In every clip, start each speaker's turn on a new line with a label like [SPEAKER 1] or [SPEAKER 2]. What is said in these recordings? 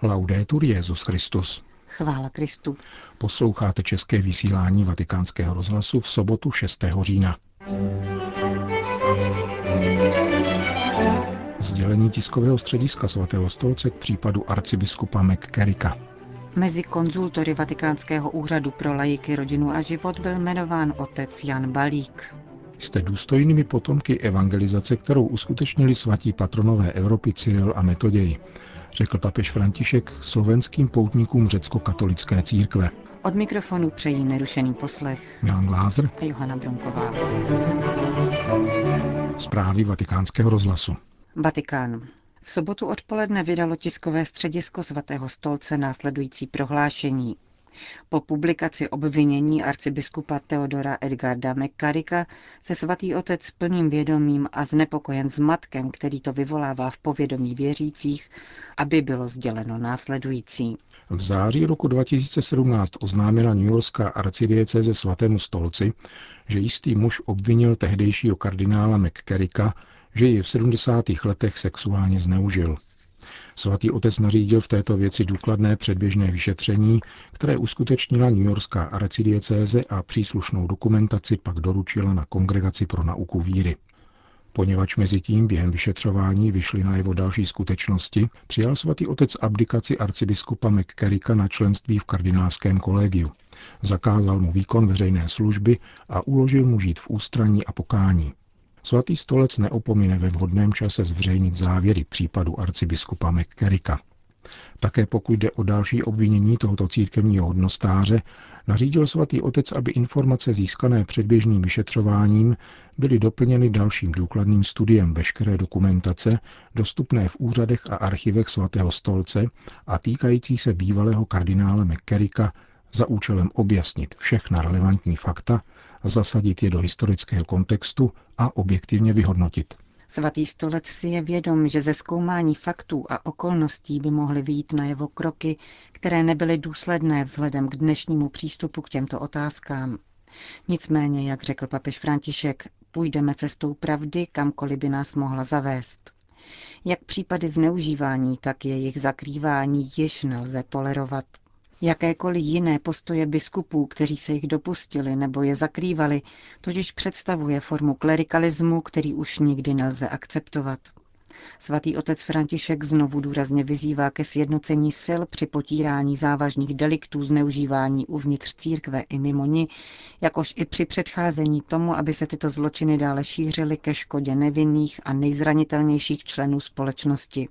[SPEAKER 1] Laudetur Jesus Christus.
[SPEAKER 2] Chvála Kristu.
[SPEAKER 1] Posloucháte české vysílání Vatikánského rozhlasu v sobotu 6. října. Sdělení tiskového střediska Svatého stolce k případu arcibiskupa McCarricka.
[SPEAKER 2] Mezi konzultory Vatikánského úřadu pro laiky, rodinu a život byl jmenován otec Jan Balík.
[SPEAKER 1] Jste důstojnými potomky evangelizace, kterou uskutečnili svatí patronové Evropy Cyril a Metoděj, řekl papež František slovenským poutníkům řecko-katolické církve.
[SPEAKER 2] Od mikrofonu přejí nerušený poslech
[SPEAKER 1] Milan Glázer
[SPEAKER 2] a Johana Bronková.
[SPEAKER 1] Zprávy Vatikánského rozhlasu.
[SPEAKER 2] Vatikán. V sobotu odpoledne vydalo tiskové středisko Svatého stolce následující prohlášení. Po publikaci obvinění arcibiskupa Theodora Edgarda McCarricka se svatý otec s plným vědomím a znepokojen zmatkem, který to vyvolává v povědomí věřících, aby bylo sděleno následující.
[SPEAKER 1] V září roku 2017 oznámila newyorská arcidiecéze Svatému stolci, že jistý muž obvinil tehdejšího kardinála McCarricka, že ji v 70. letech sexuálně zneužil. Svatý otec nařídil v této věci důkladné předběžné vyšetření, které uskutečnila newyorská arcidiecéze a příslušnou dokumentaci pak doručila na Kongregaci pro nauku víry. Poněvadž mezi tím během vyšetřování vyšly najevo další skutečnosti, přijal svatý otec abdikaci arcibiskupa McCarricka na členství v kardinálském kolegiu. Zakázal mu výkon veřejné služby a uložil mu žít v ústraní a pokání. Svatý stolec neopomine ve vhodném čase zveřejnit závěry případu arcibiskupa McCarricka. Také pokud jde o další obvinění tohoto církevního hodnostáře, nařídil svatý otec, aby informace získané předběžným vyšetřováním byly doplněny dalším důkladným studiem veškeré dokumentace, dostupné v úřadech a archivech Svatého stolce a týkající se bývalého kardinála McCarricka za účelem objasnit všechna relevantní fakta, zasadit je do historického kontextu a objektivně vyhodnotit.
[SPEAKER 2] Svatý stolec si je vědom, že ze zkoumání faktů a okolností by mohly vyjít najevo kroky, které nebyly důsledné vzhledem k dnešnímu přístupu k těmto otázkám. Nicméně, jak řekl papež František, půjdeme cestou pravdy, kamkoliv by nás mohla zavést. Jak případy zneužívání, tak jejich zakrývání již nelze tolerovat. Jakékoliv jiné postoje biskupů, kteří se jich dopustili nebo je zakrývali, totiž představuje formu klerikalismu, který už nikdy nelze akceptovat. Svatý otec František znovu důrazně vyzývá ke sjednocení sil při potírání závažných deliktů zneužívání uvnitř církve i mimo ni, jakož i při předcházení tomu, aby se tyto zločiny dále šířily ke škodě nevinných a nejzranitelnějších členů společnosti.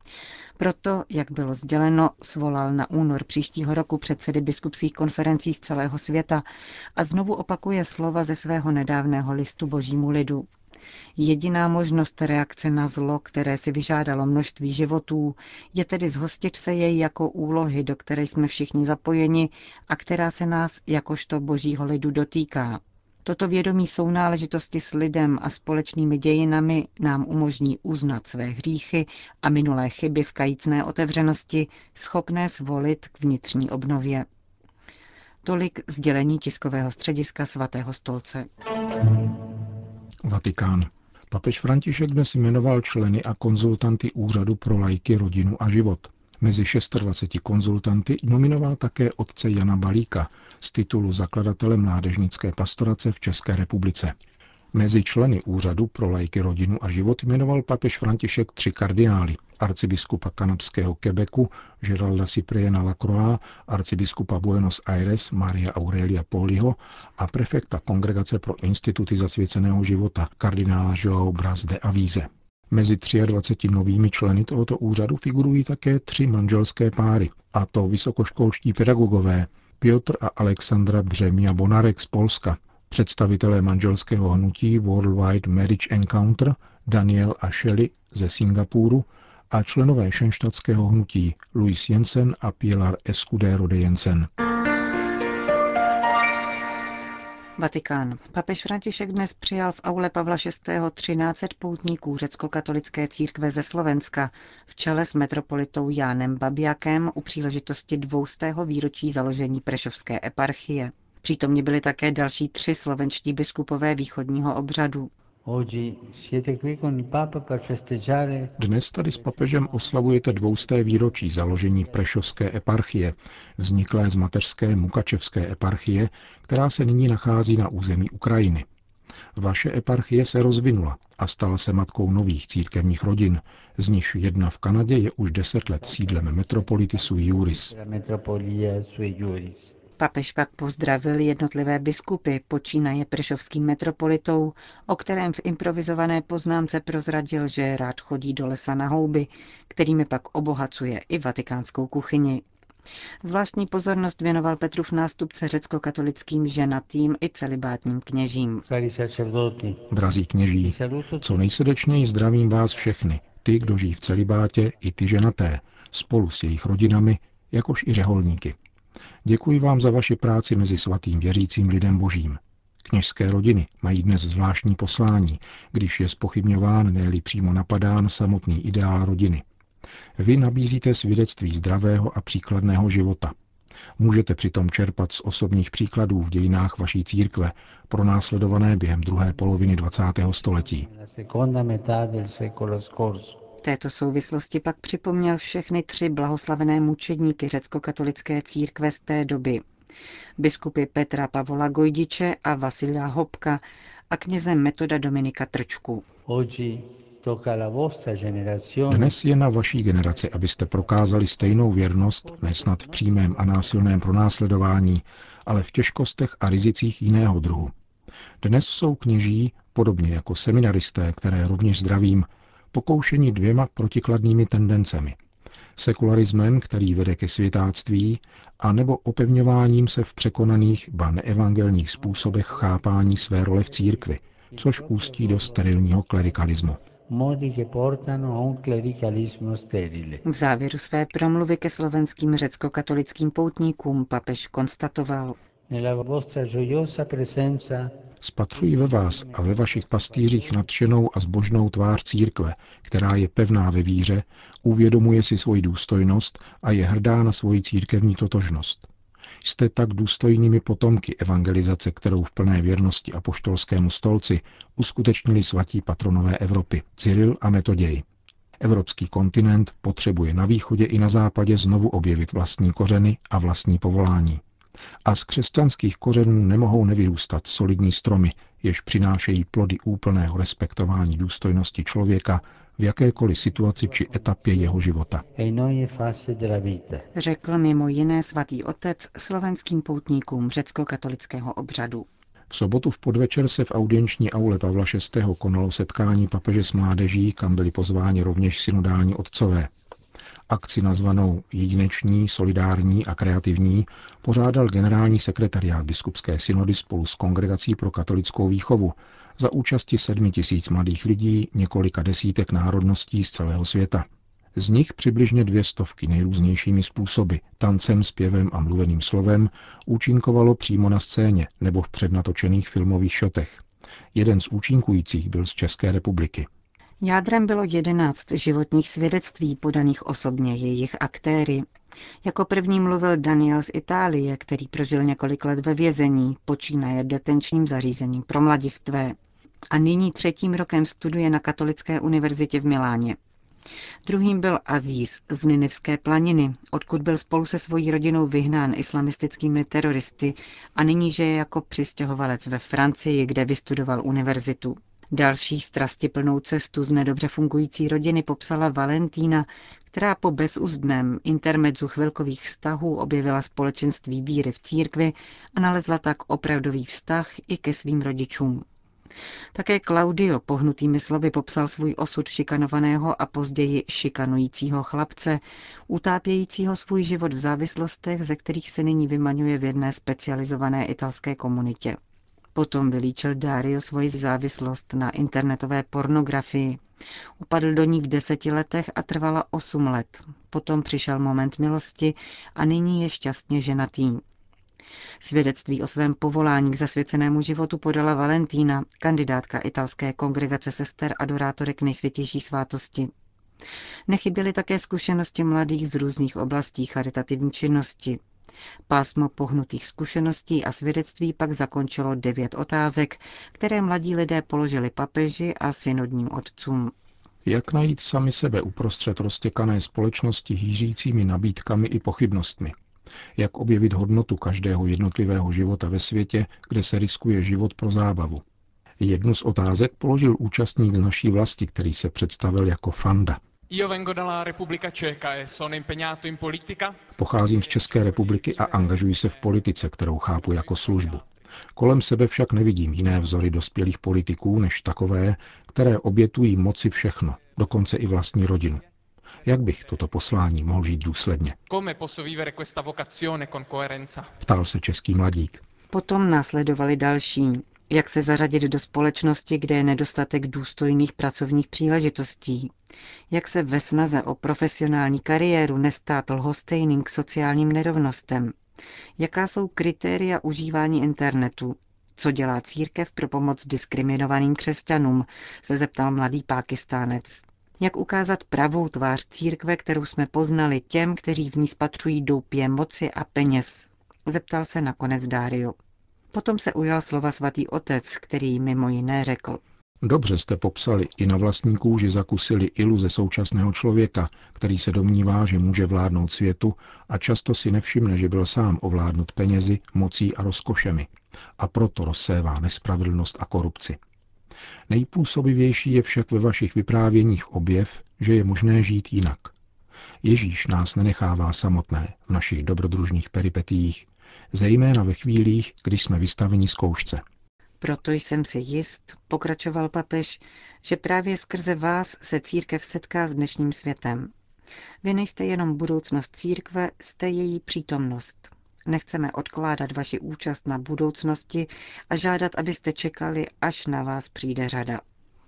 [SPEAKER 2] Proto, jak bylo sděleno, svolal na únor příštího roku předsedy biskupských konferencí z celého světa a znovu opakuje slova ze svého nedávného listu Božímu lidu. Jediná možnost reakce na zlo, které si vyžádalo množství životů, je tedy zhostit se jej jako úlohy, do které jsme všichni zapojeni a která se nás jakožto Božího lidu dotýká. Toto vědomí sounáležitosti s lidem a společnými dějinami nám umožní uznat své hříchy a minulé chyby v kajícné otevřenosti, schopné svolit k vnitřní obnově. Tolik sdělení tiskového střediska Svatého stolce.
[SPEAKER 1] Vatikán. Papež František dnes jmenoval členy a konzultanty Úřadu pro laiky, rodinu a život. Mezi 26 konzultanty nominoval také otce Jana Balíka z titulu zakladatele mládežnické pastorace v České republice. Mezi členy Úřadu pro laiky, rodinu a život jmenoval papež František 3 kardinály. Arcibiskupa kanadského Quebecu Geralda Cypriena Lacroix, arcibiskupa Buenos Aires Maria Aurelia Poliho a prefekta Kongregace pro instituty zasvěceného života kardinála João Braz de Avize. Mezi 23 novými členy tohoto úřadu figurují také 3 manželské páry, a to vysokoškolští pedagogové Piotr a Alexandra Břemia Bonarek z Polska, představitelé manželského hnutí Worldwide Marriage Encounter Daniel a Shelley ze Singapuru a členové šenštadtského hnutí Luis Jensen a Pilar Escudero de Jensen.
[SPEAKER 2] Vatikán. Papež František dnes přijal v aule Pavla VI. 13 poutníků řecko-katolické církve ze Slovenska v čele s metropolitou Jánem Babiakem u příležitosti 200. výročí založení Prešovské eparchie. Přítomni byli také další 3 slovenští biskupové východního obřadu.
[SPEAKER 1] Dnes tady s papežem oslavujete 200. výročí založení Prešovské eparchie, vzniklé z mateřské Mukačevské eparchie, která se nyní nachází na území Ukrajiny. Vaše eparchie se rozvinula a stala se matkou nových církevních rodin, z nichž jedna v Kanadě je už 10 let sídlem metropolity sui juris.
[SPEAKER 2] Papež pak pozdravil jednotlivé biskupy, počínaje prešovským metropolitou, o kterém v improvizované poznámce prozradil, že rád chodí do lesa na houby, kterými pak obohacuje i vatikánskou kuchyni. Zvláštní pozornost věnoval Petrův nástupce řecko-katolickým ženatým i celibátním kněžím.
[SPEAKER 1] Drazí kněží, co nejsrdečněji zdravím vás všechny, ty, kdo žijí v celibátě, i ty ženaté, spolu s jejich rodinami, jakož i řeholníky. Děkuji vám za vaši práci mezi svatým věřícím lidem božím. Kněžské rodiny mají dnes zvláštní poslání, když je zpochybňován, ne-li přímo napadán samotný ideál rodiny. Vy nabízíte svědectví zdravého a příkladného života. Můžete přitom čerpat z osobních příkladů v dějinách vaší církve, pronásledované během druhé poloviny 20. století.
[SPEAKER 2] V této souvislosti pak připomněl všechny 3 blahoslavené mučedníky řecko-katolické církve z té doby. Biskupy Petra Pavola Gojdiče a Vasila Hopka a kněze Metoda Dominika Trčku.
[SPEAKER 1] Dnes je na vaší generaci, abyste prokázali stejnou věrnost, ne snad v přímém a násilném pronásledování, ale v těžkostech a rizicích jiného druhu. Dnes jsou kněží, podobně jako seminaristé, které rovněž zdravím, pokoušeni 2 protikladnými tendencemi. Sekularismem, který vede ke světáctví, a nebo opevňováním se v překonaných, ba neevangelních způsobech chápání své role v církvi, což ústí do sterilního klerikalismu.
[SPEAKER 2] V závěru své promluvy ke slovenským řecko-katolickým poutníkům papež konstatoval:
[SPEAKER 1] Spatřuji ve vás a ve vašich pastýřích nadšenou a zbožnou tvář církve, která je pevná ve víře, uvědomuje si svoji důstojnost a je hrdá na svoji církevní totožnost. Jste tak důstojnými potomky evangelizace, kterou v plné věrnosti apoštolskému stolci uskutečnili svatí patronové Evropy, Cyril a Metoděj. Evropský kontinent potřebuje na východě i na západě znovu objevit vlastní kořeny a vlastní povolání. A z křesťanských kořenů nemohou nevyrůstat solidní stromy, jež přinášejí plody úplného respektování důstojnosti člověka v jakékoliv situaci či etapě jeho života.
[SPEAKER 2] Řekl mimo jiné svatý otec slovenským poutníkům řecko-katolického obřadu.
[SPEAKER 1] V sobotu v podvečer se v audienční aule Pavla VI. Konalo setkání papeže s mládeží, kam byli pozváni rovněž synodální otcové. Akci nazvanou Jedineční, solidární a kreativní pořádal generální sekretariát biskupské synody spolu s Kongregací pro katolickou výchovu za účasti 7 000 mladých lidí, několika desítek národností z celého světa. Z nich přibližně 200 nejrůznějšími způsoby, tancem, zpěvem a mluveným slovem, účinkovalo přímo na scéně nebo v přednatočených filmových šotech. Jeden z účinkujících byl z České republiky.
[SPEAKER 2] Jádrem bylo 11 životních svědectví podaných osobně jejich aktéry. Jako první mluvil Daniel z Itálie, který prožil několik let ve vězení, počínaje detenčním zařízením pro mladistvé. A nyní 3. rokem studuje na Katolické univerzitě v Miláně. Druhým byl Aziz z Ninivské planiny, odkud byl spolu se svojí rodinou vyhnán islamistickými teroristy a nyní žije jako přistěhovalec ve Francii, kde vystudoval univerzitu. Další strastiplnou cestu z nedobře fungující rodiny popsala Valentína, která po bezúzdném intermedzu chvilkových vztahů objevila společenství víry v církvi a nalezla tak opravdový vztah i ke svým rodičům. Také Claudio pohnutými slovy popsal svůj osud šikanovaného a později šikanujícího chlapce, utápějícího svůj život v závislostech, ze kterých se nyní vymaňuje v jedné specializované italské komunitě. Potom vylíčil Dario svoji závislost na internetové pornografii. Upadl do ní v 10 letech a trvala 8 let. Potom přišel moment milosti a nyní je šťastně ženatý. Svědectví o svém povolání k zasvěcenému životu podala Valentína, kandidátka italské kongregace sester adorátorek Nejsvětější svátosti. Nechyběly také zkušenosti mladých z různých oblastí charitativní činnosti. Pásmo pohnutých zkušeností a svědectví pak zakončilo 9 otázek, které mladí lidé položili papeži a synodním otcům.
[SPEAKER 1] Jak najít sami sebe uprostřed roztěkané společnosti hýřícími nabídkami i pochybnostmi? Jak objevit hodnotu každého jednotlivého života ve světě, kde se riskuje život pro zábavu? Jednu z otázek položil účastník z naší vlasti, který se představil jako Fanda. Pocházím z České republiky a angažuji se v politice, kterou chápu jako službu. Kolem sebe však nevidím jiné vzory dospělých politiků než takové, které obětují moci všechno, dokonce i vlastní rodinu. Jak bych toto poslání mohl žít důsledně? Ptal se český mladík.
[SPEAKER 2] Potom následovali další. Jak se zařadit do společnosti, kde je nedostatek důstojných pracovních příležitostí? Jak se ve snaze o profesionální kariéru nestát lhostejným k sociálním nerovnostem? Jaká jsou kritéria užívání internetu? Co dělá církev pro pomoc diskriminovaným křesťanům? Se zeptal mladý Pákistánec. Jak ukázat pravou tvář církve, kterou jsme poznali těm, kteří v ní spatřují doupě moci a peněz? Zeptal se nakonec Dario. Potom se ujal slova svatý otec, který mimo jiné řekl.
[SPEAKER 1] Dobře jste popsali, i na vlastní kůži zakusili iluze současného člověka, který se domnívá, že může vládnout světu a často si nevšimne, že byl sám ovládnut penězi, mocí a rozkošemi. A proto rozsévá nespravedlnost a korupci. Nejpůsobivější je však ve vašich vyprávěních objev, že je možné žít jinak. Ježíš nás nenechává samotné v našich dobrodružných peripetiích, zejména ve chvílích, když jsme vystaveni zkoušce.
[SPEAKER 2] Proto jsem si jist, pokračoval papež, že právě skrze vás se církev setká s dnešním světem. Vy nejste jenom budoucnost církve, jste její přítomnost. Nechceme odkládat vaši účast na budoucnosti a žádat, abyste čekali, až na vás přijde řada.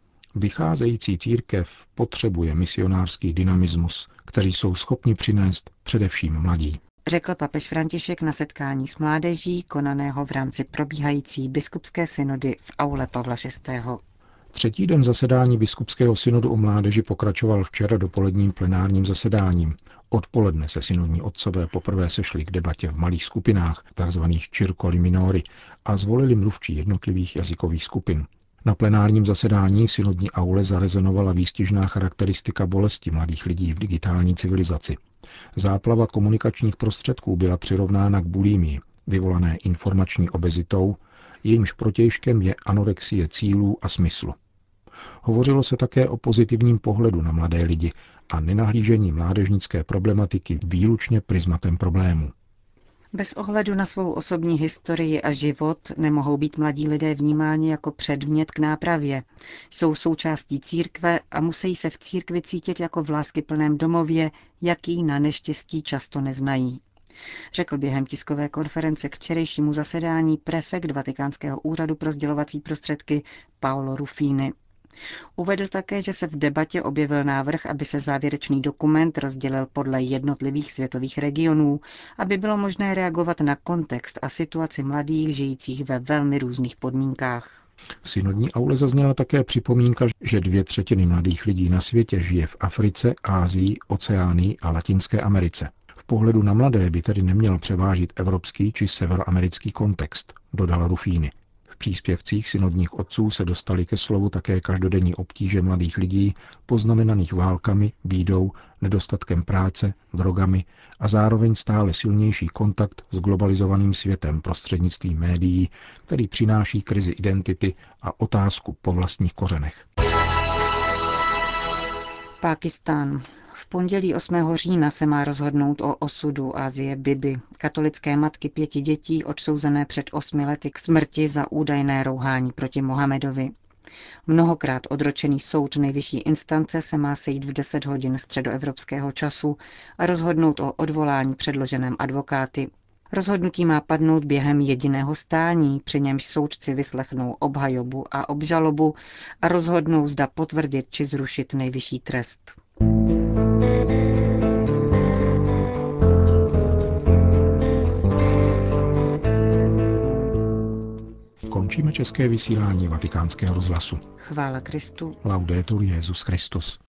[SPEAKER 1] Vycházející církev potřebuje misionářský dynamismus, který jsou schopni přinést především mladí.
[SPEAKER 2] Řekl papež František na setkání s mládeží, konaného v rámci probíhající biskupské synody v aule Pavla VI.
[SPEAKER 1] Třetí den zasedání biskupského synodu o mládeži pokračoval včera dopoledním plenárním zasedáním. Odpoledne se synodní otcové poprvé sešli k debatě v malých skupinách, takzvaných circoli minori, a zvolili mluvčí jednotlivých jazykových skupin. Na plenárním zasedání v synodní aule zarezonovala výstižná charakteristika bolesti mladých lidí v digitální civilizaci. Záplava komunikačních prostředků byla přirovnána k bulimii, vyvolané informační obezitou, jejímž protějškem je anorexie cílů a smyslu. Hovořilo se také o pozitivním pohledu na mladé lidi a nenahlížení mládežnické problematiky výlučně prismatem problémů.
[SPEAKER 2] Bez ohledu na svou osobní historii a život nemohou být mladí lidé vnímáni jako předmět k nápravě. Jsou součástí církve a musí se v církvi cítit jako v láskyplném domově, jaký na neštěstí často neznají. Řekl během tiskové konference k včerejšímu zasedání prefekt Vatikánského úřadu pro sdělovací prostředky Paolo Ruffini. Uvedl také, že se v debatě objevil návrh, aby se závěrečný dokument rozdělil podle jednotlivých světových regionů, aby bylo možné reagovat na kontext a situaci mladých žijících ve velmi různých podmínkách.
[SPEAKER 1] V synodní aule zazněla také připomínka, že 2/3 mladých lidí na světě žije v Africe, Asii, Oceánii a Latinské Americe. V pohledu na mladé by tedy neměl převážit evropský či severoamerický kontext, dodal Ruffini. V příspěvcích synodních otců se dostali ke slovu také každodenní obtíže mladých lidí, poznamenaných válkami, bídou, nedostatkem práce, drogami a zároveň stále silnější kontakt s globalizovaným světem prostřednictvím médií, který přináší krizi identity a otázku po vlastních kořenech.
[SPEAKER 2] Pákistán. V pondělí 8. října se má rozhodnout o osudu Asie Bibi, katolické matky 5 dětí odsouzené před 8 lety k smrti za údajné rouhání proti Mohamedovi. Mnohokrát odročený soud nejvyšší instance se má sejít v 10 hodin středoevropského času a rozhodnout o odvolání předloženém advokáty. Rozhodnutí má padnout během jediného stání, při němž soudci vyslechnou obhajobu a obžalobu a rozhodnou, zda potvrdit či zrušit nejvyšší trest.
[SPEAKER 1] Končíme české vysílání Vatikánského rozhlasu.
[SPEAKER 2] Chvála Kristu.
[SPEAKER 1] Laudetur Jesus Christus.